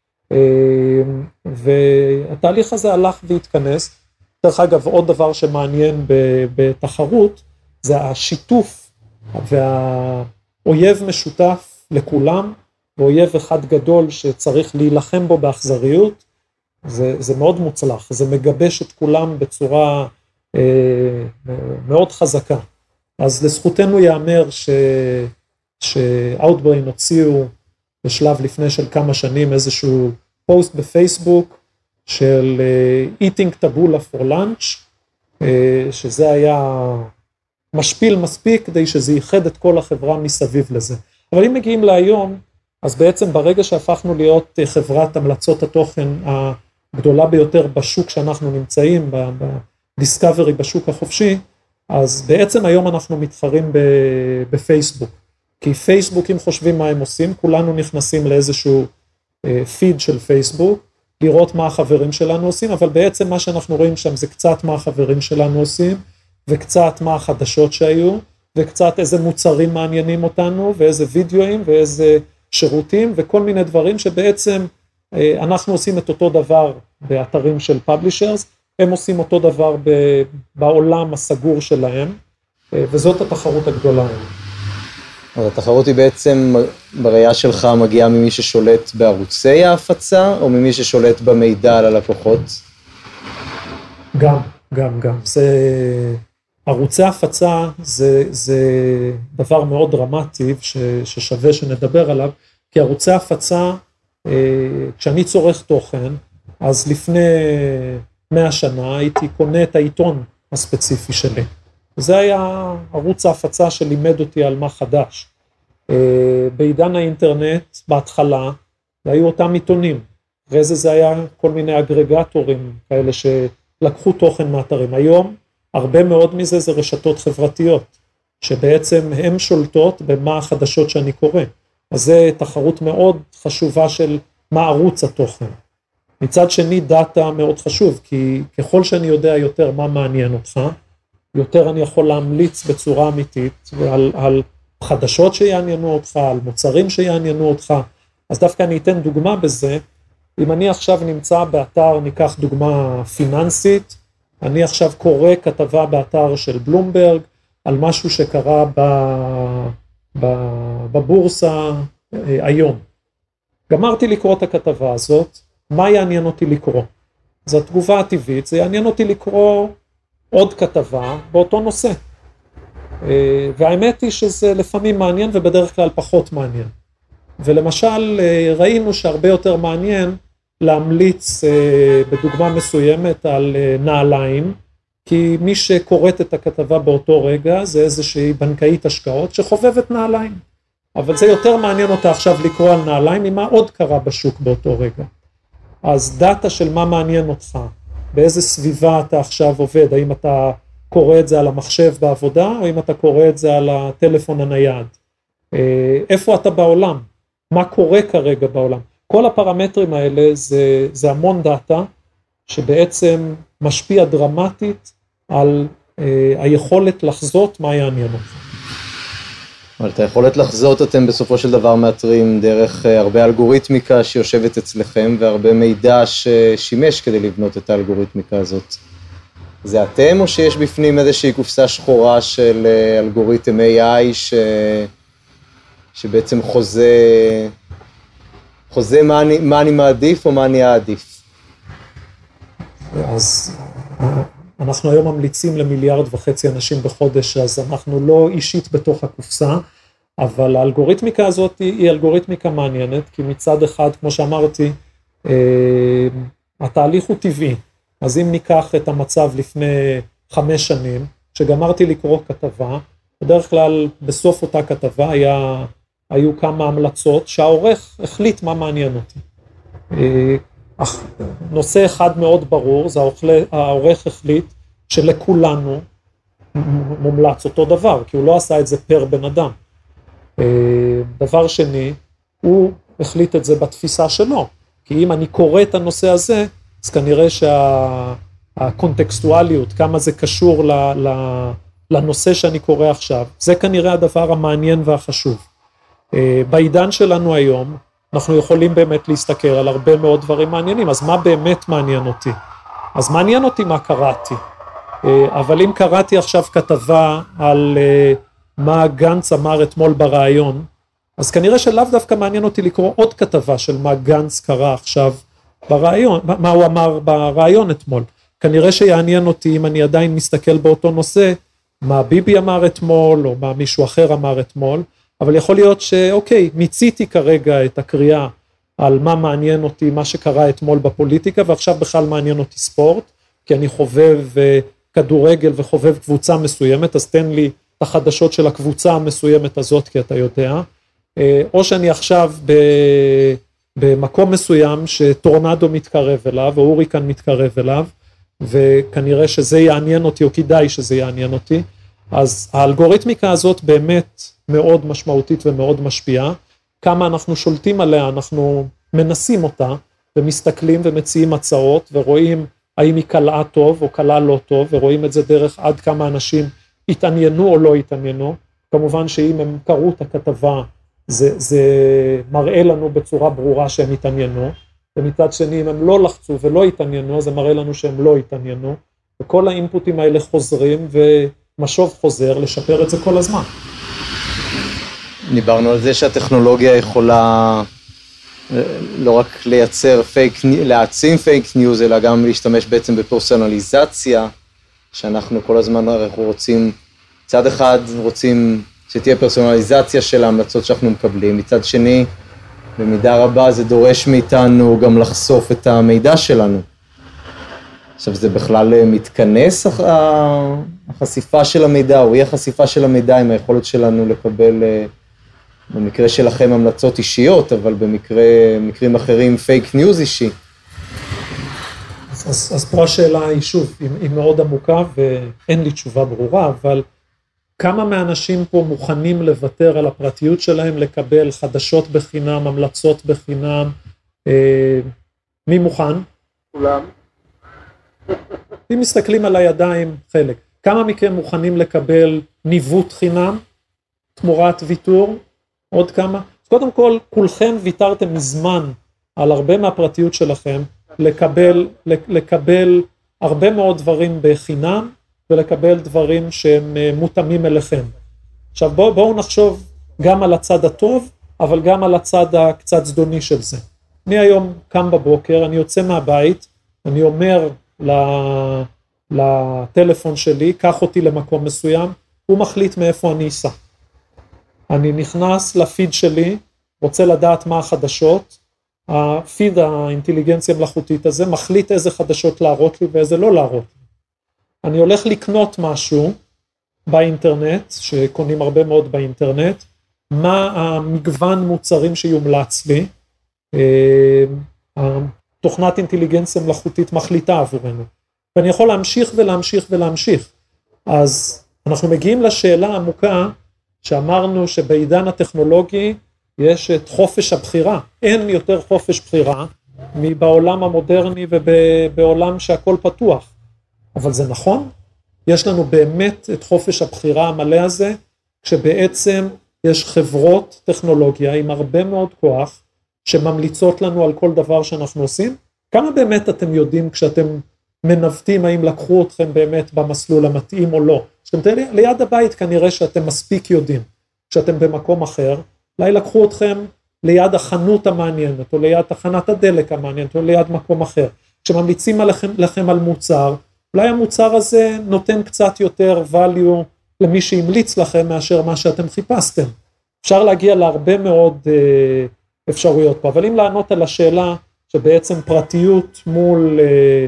והתהליך הזה הלך והתכנס. דרך אגב, עוד דבר שמעניין בתחרות, זה השיתוף והאויב משותף לכולם, ואויב אחד גדול שצריך להילחם בו באכזריות, זה מאוד מוצלח, זה מגבש את כולם בצורה מאוד חזקה. אז לזכותנו יאמר ש-Outbrain הוציאו בשלב לפני של כמה שנים איזשהו פוסט בפייסבוק של eating tabula for lunch, שזה היה משפיל מספיק כדי שזה ייחד את כל החברה מסביב לזה. אבל אם מגיעים להיום, אז בעצם ברגע שהפכנו להיות חברת המלצות התוכן הגדולה ביותר בשוק שאנחנו נמצאים, בדיסקאברי בשוק החופשי, אז בעצם היום אנחנו מתחרים בפייסבוק. כי פייסבוק, אם חושבים מה הם עושים, כולנו נכנסים לאיזשהו פיד של פייסבוק, לראות מה החברים שלנו עושים, אבל בעצם מה שאנחנו רואים שם זה קצת מה החברים שלנו עושים, וקצת מה החדשות שהיו, וקצת איזה מוצרים מעניינים אותנו, ואיזה וידאוים, ואיזה שירותים, וכל מיני דברים שבעצם אנחנו עושים את אותו דבר באתרים של פאבלישרס, הם עושים אותו דבר בעולם הסגור שלהם, וזאת התחרות הגדולה. אז התחרות היא בעצם, בראייה שלך, מגיעה ממי ששולט בערוצי ההפצה, או ממי ששולט במידע על הלקוחות? גם. ערוצי ההפצה זה דבר מאוד דרמטי, ששווה שנדבר עליו, כי ערוצי ההפצה, כשאני צורך תוכן, אז לפני 100 שנה הייתי קונה את העיתון הספציפי שלי. זה היה ערוץ ההפצה שלימד אותי על מה חדש. בעידן האינטרנט, בהתחלה, היו אותם עיתונים. אחרי זה היה כל מיני אגרגטורים כאלה שלקחו תוכן מאתרים. היום, הרבה מאוד מזה זה רשתות חברתיות, שבעצם הן שולטות במה החדשות שאני קורא. אז זה תחרות מאוד חשובה של מה ערוץ התוכן. מצד שני, דאטה מאוד חשוב, כי ככל שאני יודע יותר מה מעניין אותך, יותר אני יכול להמליץ בצורה אמיתית על חדשות שיעניינו אותך, על מוצרים שיעניינו אותך. אז דווקא אני אתן דוגמה בזה. אם אני עכשיו נמצא באתר, ניקח דוגמה פיננסית, אני עכשיו קורא כתבה באתר של בלומברג, על משהו שקרה בבורסה היום. גמרתי לקרוא את הכתבה הזאת, מה יעניין אותי לקרוא? זו התגובה הטבעית, זה יעניין אותי לקרוא עוד כתבה באותו נושא. והאמת היא שזה לפעמים מעניין ובדרך כלל פחות מעניין. ולמשל ראינו שהרבה יותר מעניין להמליץ בדוגמה מסוימת על נעליים, כי מי שקוראת את הכתבה באותו רגע זה איזושהי בנקאית השקעות שחובבת נעליים. אבל זה יותר מעניין אותה עכשיו לקרוא על נעליים ממה עוד קרה בשוק באותו רגע. אז דאטה של מה מעניין אותך, באיזה סביבה אתה עכשיו עובד, האם אתה קורא את זה על המחשב בעבודה, או אם אתה קורא את זה על הטלפון הנייד. איפה אתה בעולם? מה קורה כרגע בעולם? כל הפרמטרים האלה זה המון דאטה, שבעצם משפיע דרמטית על היכולת לחזות מה יעניין אותך. אבל את היכולת לחזות אתם בסופו של דבר מאתרים דרך הרבה אלגוריתמיקה שיושבת אצלכם, והרבה מידע ששימש כדי לבנות את האלגוריתמיקה הזאת. זה אתם, או שיש בפנים איזושהי קופסה שחורה של אלגוריתם AI שבעצם חוזה חוזה מה אני מעדיף או מה אני אעדיף. אז אנחנו היום ממליצים ל1.5 מיליארד אנשים בחודש, אז אנחנו לא אישית בתוך הקופסה, אבל האלגוריתמיקה הזאת היא אלגוריתמיקה מעניינת, כי מצד אחד, כמו שאמרתי, התהליך הוא טבעי. אז אם ניקח את המצב לפני 5 שנים, שגמרתי לקרוא כתבה, בדרך כלל בסוף אותה כתבה היו כמה המלצות שהעורך החליט מה מעניין אותי. נושא אחד מאוד ברור, זה העורך החליט שלכולנו מומלץ אותו דבר, כי הוא לא עשה את זה פר בן אדם. דבר שני, הוא החליט את זה בתפיסה שלו, כי אם אני קורא את הנושא הזה, אז כנראה שהקונטקסטואליות, כמה זה קשור לנושא שאני קורא עכשיו, זה כנראה הדבר המעניין והחשוב. בעידן שלנו היום, אנחנו יכולים באמת להסתכל על הרבה מאוד דברים מעניינים, אז מה באמת מעניין אותי? אז מעניין אותי מה קראתי, אבל אם קראתי עכשיו כתבה על מה גנץ אמר אתמול ברעיון, אז כנראה שלאו דווקא מעניין אותי לקרוא עוד כתבה של מה גנץ קרא עכשיו ברעיון, מה הוא אמר ברעיון אתמול. כנראה שיעניין אותי אם אני עדיין מסתכל באותו נושא, מה ביבי אמר אתמול או מה מישהו אחר אמר אתמול, אבל יכול להיות שאוקיי, מיציתי כרגע את הקריאה על מה מעניין אותי, מה שקרה אתמול בפוליטיקה, ועכשיו בכלל מעניין אותי ספורט, כי אני חובב כדורגל וחובב קבוצה מסוימת, אז תן לי את החדשות של הקבוצה המסוימת הזאת, כי אתה יודע, או שאני עכשיו במקום מסוים שטורנדו מתקרב אליו, או הוריקן מתקרב אליו, וכנראה שזה יעניין אותי, או כדאי שזה יעניין אותי, אז האלגוריתמיקה הזאת באמת מאוד משמעותית ומאוד משפיעה, כמה אנחנו שולטים עליה, אנחנו מנסים אותה, ומסתכלים ומציעים הצעות, ורואים האם היא קלעה טוב או קלעה לא טוב, ורואים את זה דרך עד כמה אנשים התעניינו או לא התעניינו, כמובן שאם הם קראו את הכתבה, זה מראה לנו בצורה ברורה שהם התעניינו, ומצד שני אם הם לא לחצו ולא התעניינו, זה מראה לנו שהם לא התעניינו, וכל האינפוטים האלה חוזרים, ומשוב חוזר לשפר את זה כל הזמן. דיברנו על זה שהטכנולוגיה יכולה לא רק להעצים פייק ניוז, אלא גם להשתמש בעצם בפרסונליזציה, שאנחנו כל הזמן אנחנו רוצים, מצד אחד רוצים שתהיה פרסונליזציה של ההמלצות שאנחנו מקבלים, מצד שני, במידה רבה זה דורש מאיתנו גם לחשוף את המידע שלנו. עכשיו זה בכלל מתכנס החשיפה של המידע, או אי החשיפה של המידע עם היכולת שלנו לקבל, במקרה שלכם המלצות אישיות, אבל במקרים אחרים פייק ניוז אישי. אז פה השאלה היא שוב, היא מאוד עמוקה ואין לי תשובה ברורה, אבל כמה מהאנשים פה מוכנים לוותר על הפרטיות שלהם, לקבל חדשות בחינם, המלצות בחינם, מי מוכן? כולם. אם מסתכלים על הידיים, חלק. כמה מכם מוכנים לקבל ניווט חינם, תמורת ויתור, עוד כמה? אז קודם כל, כולכם ויתרתם מזמן על הרבה מהפרטיות שלכם, לקבל הרבה מאוד דברים בחינם, ולקבל דברים שהם מותאמים אליכם. עכשיו בואו נחשוב גם על הצד הטוב, אבל גם על הצד הקצת זדוני של זה. אני היום קם בבוקר, אני יוצא מהבית, אני אומר לטלפון שלי, קח אותי למקום מסוים, הוא מחליט מאיפה אני אסע. אני נכנס לפיד שלי, רוצה לדעת מה החדשות, הפיד האינטליגנציה המלאכותית הזה, מחליט איזה חדשות להראות לי ואיזה לא להראות לי. אני הולך לקנות משהו באינטרנט, שקונים הרבה מאוד באינטרנט, מה המגוון מוצרים שיומלץ לי, תוכנת אינטליגנציה מלאכותית מחליטה עבורנו, ואני יכול להמשיך ולהמשיך ולהמשיך. אז אנחנו מגיעים לשאלה העמוקה, שאמרנו שבעידן הטכנולוגי יש את חופש הבחירה, אין יותר חופש בחירה מבעולם המודרני ובעולם שהכל פתוח. אבל זה נכון? יש לנו באמת את חופש הבחירה המלא הזה, כשבעצם יש חברות טכנולוגיה עם הרבה מאוד כוח, שממליצות לנו על כל דבר שאנחנו עושים. כמה באמת אתם יודעים כשאתם מנווטים, האם לקחו אתכם באמת במסלול המתאים או לא? כשאתם ליד הבית כנראה שאתם מספיק יודעים. כשאתם במקום אחר, אולי לקחו אתכם ליד החנות המעניינת, או ליד תחנת הדלק המעניינת, או ליד מקום אחר. כשממליצים לכם על מוצר, אולי המוצר הזה נותן קצת יותר value למי שהמליץ לכם מאשר מה שאתם חיפשתם. אפשר להגיע להרבה מאוד אפשרויות פה, אבל אם לענות על השאלה שבעצם פרטיות מול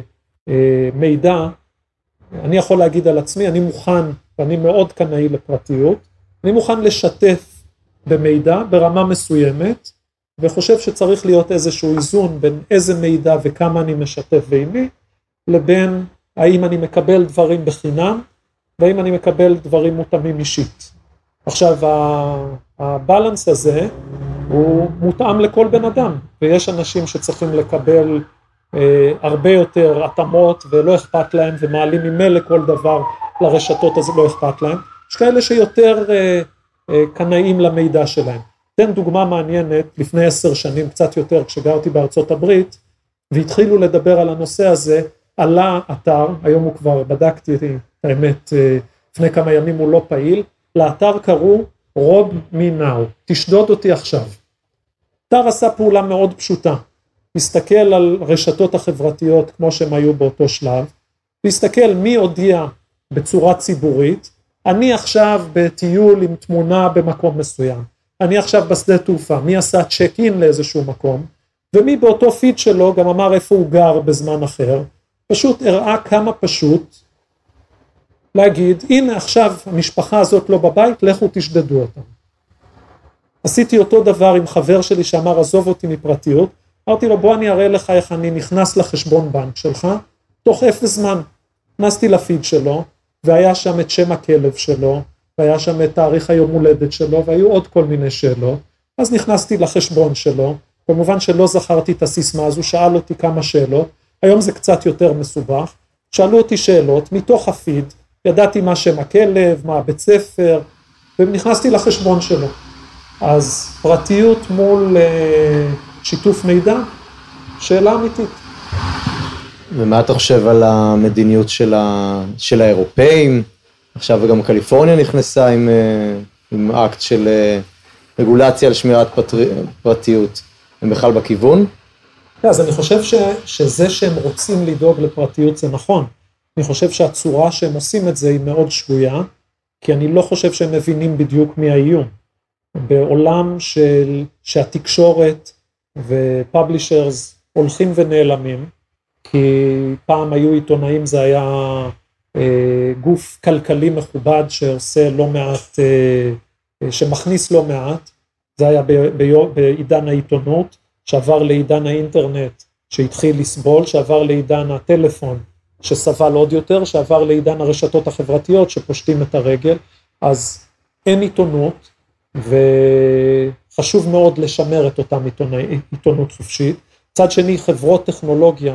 מידע, אני יכול להגיד על עצמי, אני מוכן, ואני מאוד קנאי לפרטיות, אני מוכן לשתף במידע ברמה מסוימת, וחושב שצריך להיות איזשהו איזון בין איזה מידע וכמה אני משתף ועימי, לבין האם אני מקבל דברים בחינם, והאם אני מקבל דברים מותאמים אישית. עכשיו, הבלנס הזה הוא מותאם לכל בן אדם, ויש אנשים שצריכים לקבל הרבה יותר התאמות, ולא אכפת להם, ומעלים ממילא כל דבר לרשתות, אז לא אכפת להם. יש כאלה שיותר קנאים למידע שלהם. תן דוגמה מעניינת, לפני 10 שנים, קצת יותר, כשגרתי בארצות הברית, והתחילו לדבר על הנושא הזה, עלה אתר, היום הוא כבר בדקתי, האמת, לפני כמה ימים הוא לא פעיל, לאתר קראו רוב מי נאו, תשדוד אותי עכשיו. אתר עשה פעולה מאוד פשוטה, הסתכל על רשתות החברתיות כמו שהם היו באותו שלב, והסתכל מי הודיע בצורה ציבורית, אני עכשיו בטיול עם תמונה במקום מסוים, אני עכשיו בשדה תעופה, מי עשה צ'ק אין לאיזשהו מקום, ומי באותו פיד שלו גם אמר איפה הוא גר בזמן אחר, פשוט הראה כמה פשוט להגיד, הנה עכשיו המשפחה הזאת לא בבית, לכו תשדדו אותם. עשיתי אותו דבר עם חבר שלי שאמר, עזוב אותי מפרטיות, אמרתי לו, בוא אני אראה לך איך אני נכנס לחשבון בנק שלך, תוך 0 זמן. נכנסתי לפיד שלו, והיה שם את שם הכלב שלו, והיה שם את תאריך היום הולדת שלו, והיו עוד כל מיני שאלות, אז נכנסתי לחשבון שלו, במובן שלא זכרתי את הסיסמה, אז הוא שאל אותי כמה שאלות, היום זה קצת יותר מסובך, שאלו אותי שאלות, מתוך הפיד, ידעתי מה שם הכלב, מה הבית ספר, ונכנסתי לחשבון שלו. אז פרטיות מול שיתוף מידע, שאלה אמיתית. ומה אתה חושב על המדיניות של האירופאים? עכשיו גם קליפורניה נכנסה עם אקט של רגולציה על שמירת פרטיות. הם בכלל בכיוון? אז אני חושב שזה שהם רוצים לדאוג לפרטיות זה נכון. אני חושב שהצורה שהם עושים את זה היא מאוד שגויה, כי אני לא חושב שהם מבינים בדיוק מי האיום. בעולם שהתקשורת ופאבלישרס הולכים ונעלמים, כי פעם היו עיתונאים, זה היה גוף כלכלי מכובד שעושה לא מעט, שמכניס לא מעט, זה היה בעידן העיתונות, שעבר לעידן האינטרנט, שהתחיל לסבול, שעבר לעידן הטלפון, שסבל עוד יותר, שעבר לעידן הרשתות החברתיות, שפושטים את הרגל, אז אין עיתונות, וחשוב מאוד לשמר את אותם עיתונות חופשית. צד שני, חברות טכנולוגיה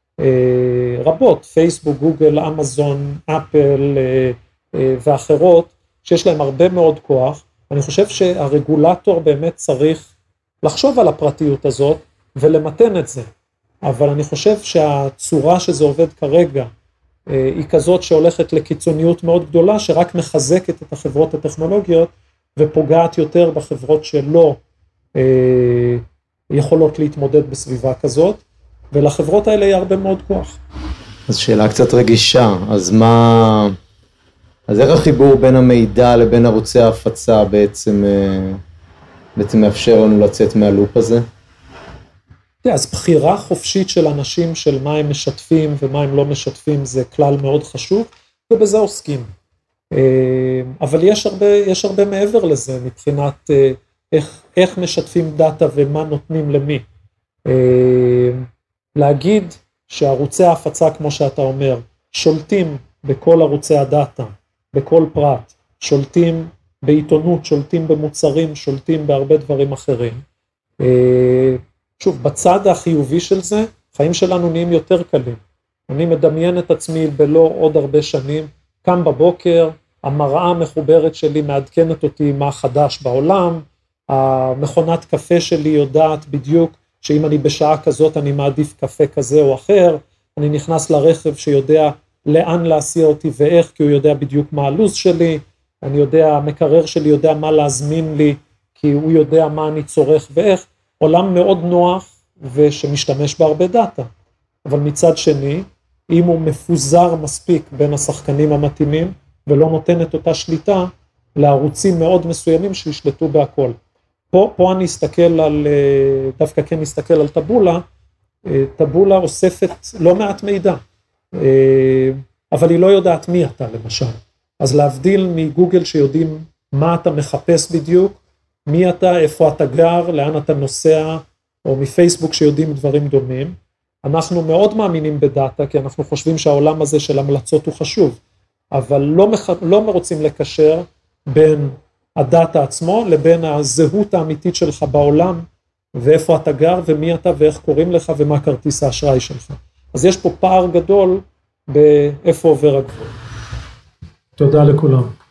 רבות, פייסבוק, גוגל, אמזון, אפל ואחרות, שיש להם הרבה מאוד כוח. אני חושב שהרגולטור באמת צריך לחשוב על הפרטיות הזאת ולמתן את זה. אבל אני חושב שהצורה שזה עובד כרגע היא כזאת שהולכת לקיצוניות מאוד גדולה, שרק מחזקת את החברות הטכנולוגיות ופוגעת יותר בחברות שלא יכולות להתמודד בסביבה כזאת, ולחברות האלה יהיה הרבה מאוד כוח. אז שאלה קצת רגישה, אז איך החיבור בין המידע לבין ערוצי ההפצה בעצם מאפשר לנו לצאת מהלופ הזה? אז בחירה חופשית של אנשים של מה הם משתפים ומה הם לא משתפים זה כלל מאוד חשוב, ובזה עוסקים. אבל יש הרבה מעבר לזה מבחינת איך משתפים דאטה ומה נותנים למי. להגיד שערוצי ההפצה, כמו שאתה אומר, שולטים בכל ערוצי הדאטה, בכל פרט, שולטים בעיתונות, שולטים במוצרים, שולטים בהרבה דברים אחרים. שוב, בצד החיובי של זה, חיים שלנו נהיים יותר קלים. אני מדמיין את עצמי בלא עוד הרבה שנים, קם בבוקר, המראה המחוברת שלי מעדכנת אותי מה חדש בעולם, המכונת קפה שלי יודעת בדיוק שאם אני בשעה כזאת אני מעדיף קפה כזה או אחר, אני נכנס לרכב שיודע לאן להסיע אותי ואיך, כי הוא יודע בדיוק מה הלו"ז שלי, אני יודע, המקרר שלי יודע מה להזמין לי, כי הוא יודע מה אני צורך ואיך, עולם מאוד נוח ושמשתמש בהרבה דאטה. אבל מצד שני, אם הוא מפוזר מספיק בין השחקנים המתאימים, ולא נותן את אותה שליטה לערוצים מאוד מסוימים שישלטו בהכל. פה אני אסתכל על, דווקא כן אסתכל על טבולה, טבולה אוספת לא מעט מידע, אבל היא לא יודעת מי אתה למשל. אז להבדיל מגוגל שיודעים מה אתה מחפש בדיוק, מי אתה, איפה אתה גר, לאן אתה נוסע, או מפייסבוק שיודעים דברים דומים. אנחנו מאוד מאמינים בדאטה, כי אנחנו חושבים שהעולם הזה של המלצות הוא חשוב, אבל לא רוצים לקשר בין הדאטה עצמו לבין הזהות האמיתית שלך בעולם, ואיפה אתה גר ומי אתה ואיך קוראים לך ומה כרטיס האשראי שלך. אז יש פה פער גדול באיפה עובר הגבול. תודה לכולם.